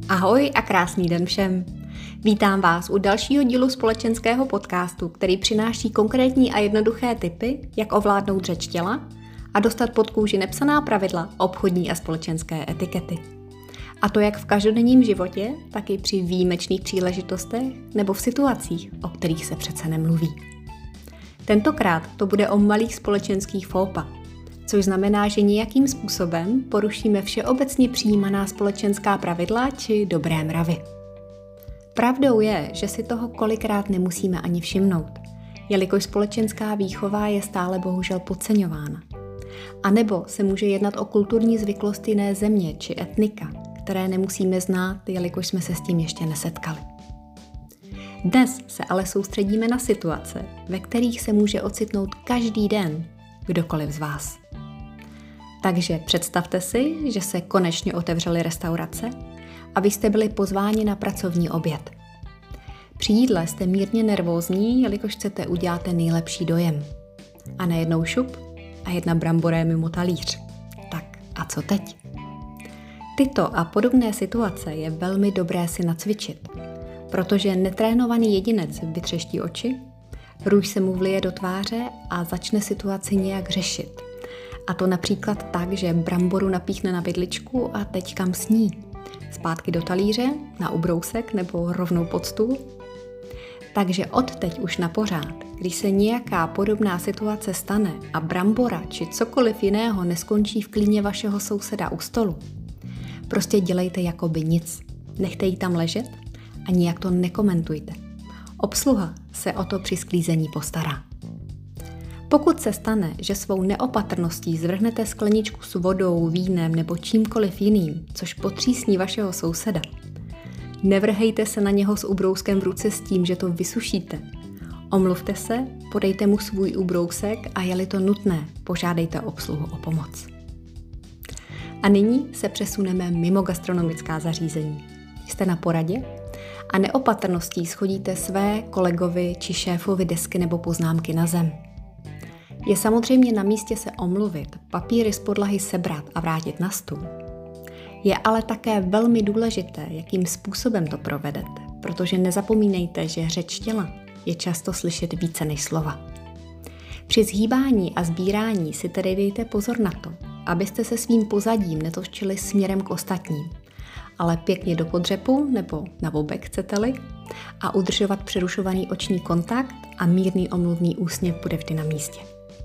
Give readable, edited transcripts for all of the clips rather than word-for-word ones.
Ahoj a krásný den všem. Vítám vás u dalšího dílu společenského podcastu, který přináší konkrétní a jednoduché tipy, jak ovládnout řeč těla a dostat pod kůži nepsaná pravidla obchodní a společenské etikety. A to jak v každodenním životě, tak i při výjimečných příležitostech nebo v situacích, o kterých se přece nemluví. Tentokrát to bude o malých společenských faux pas, což znamená, že nějakým způsobem porušíme všeobecně přijímaná společenská pravidla či dobré mravy. Pravdou je, že si toho kolikrát nemusíme ani všimnout, jelikož společenská výchova je stále bohužel podceňována. A nebo se může jednat o kulturní zvyklosti jiné země či etnika, které nemusíme znát, jelikož jsme se s tím ještě nesetkali. Dnes se ale soustředíme na situace, ve kterých se může ocitnout každý den kdokoliv z vás. Takže představte si, že se konečně otevřely restaurace a vy jste byli pozváni na pracovní oběd. Při jídle jste mírně nervózní, jelikož chcete udělat ten nejlepší dojem. A najednou šup a jedna brambola mimo talíř. Tak a co teď? Tyto a podobné situace je velmi dobré si nacvičit, protože netrénovaný jedinec vytřeští oči, růž se mu vlije do tváře a začne situaci nějak řešit. A to například tak, že bramboru napíchne na vidličku a teď kam sní. Zpátky do talíře, na ubrousek nebo rovnou pod stůl. Takže odteď už na pořád, když se nějaká podobná situace stane a brambora či cokoliv jiného neskončí v klíně vašeho souseda u stolu, prostě dělejte jakoby nic. Nechte ji tam ležet a nijak to nekomentujte. Obsluha se o to při sklízení postará. Pokud se stane, že svou neopatrností zvrhnete skleničku s vodou, vínem nebo čímkoliv jiným, což potřísní vašeho souseda, nevrhejte se na něho s ubrouskem v ruce s tím, že to vysušíte. Omluvte se, podejte mu svůj ubrousek a je-li to nutné, požádejte obsluhu o pomoc. A nyní se přesuneme mimo gastronomická zařízení. Jste na poradě a neopatrností shodíte své kolegovi či šéfovi desky nebo poznámky na zem. Je samozřejmě na místě se omluvit, papíry z podlahy sebrat a vrátit na stůl. Je ale také velmi důležité, jakým způsobem to provedete, protože nezapomínejte, že řeč těla je často slyšet více než slova. Při zhýbání a sbírání si tedy dejte pozor na to, abyste se svým pozadím netočili směrem k ostatním, ale pěkně do podřepu nebo na bobek chcete-li a udržovat přerušovaný oční kontakt a mírný omluvný úsměv bude vždy na místě.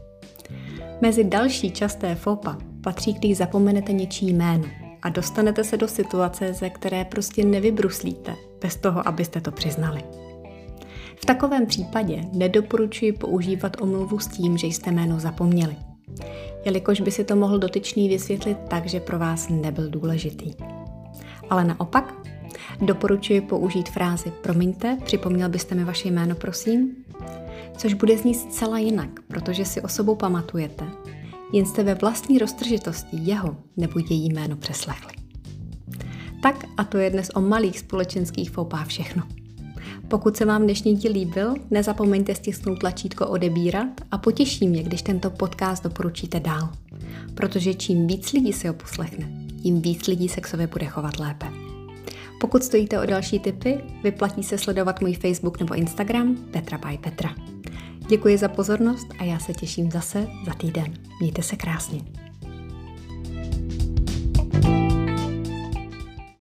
Mezi další časté faux pas patří, když zapomenete něčí jméno a dostanete se do situace, ze které prostě nevybruslíte, bez toho, abyste to přiznali. V takovém případě nedoporučuji používat omluvu s tím, že jste jméno zapomněli, jelikož by si to mohl dotyčný vysvětlit tak, že pro vás nebyl důležitý. Ale naopak, doporučuji použít frázi promiňte, připomněl byste mi vaše jméno, prosím? Což bude znít zcela jinak, protože si osobou pamatujete, jen jste ve vlastní roztržitosti jeho nebo její jméno přeslechli. Tak a to je dnes o malých společenských faux pas všechno. Pokud se vám dnešní díl líbil, nezapomeňte stisknout tlačítko odebírat a potěší mě, když tento podcast doporučíte dál. Protože čím víc lidí si ho poslechne, tím víc lidí se k sobě bude chovat lépe. Pokud stojíte o další tipy, vyplatí se sledovat můj Facebook nebo Instagram Petra by Petra. Děkuji za pozornost a já se těším zase za týden. Mějte se krásně.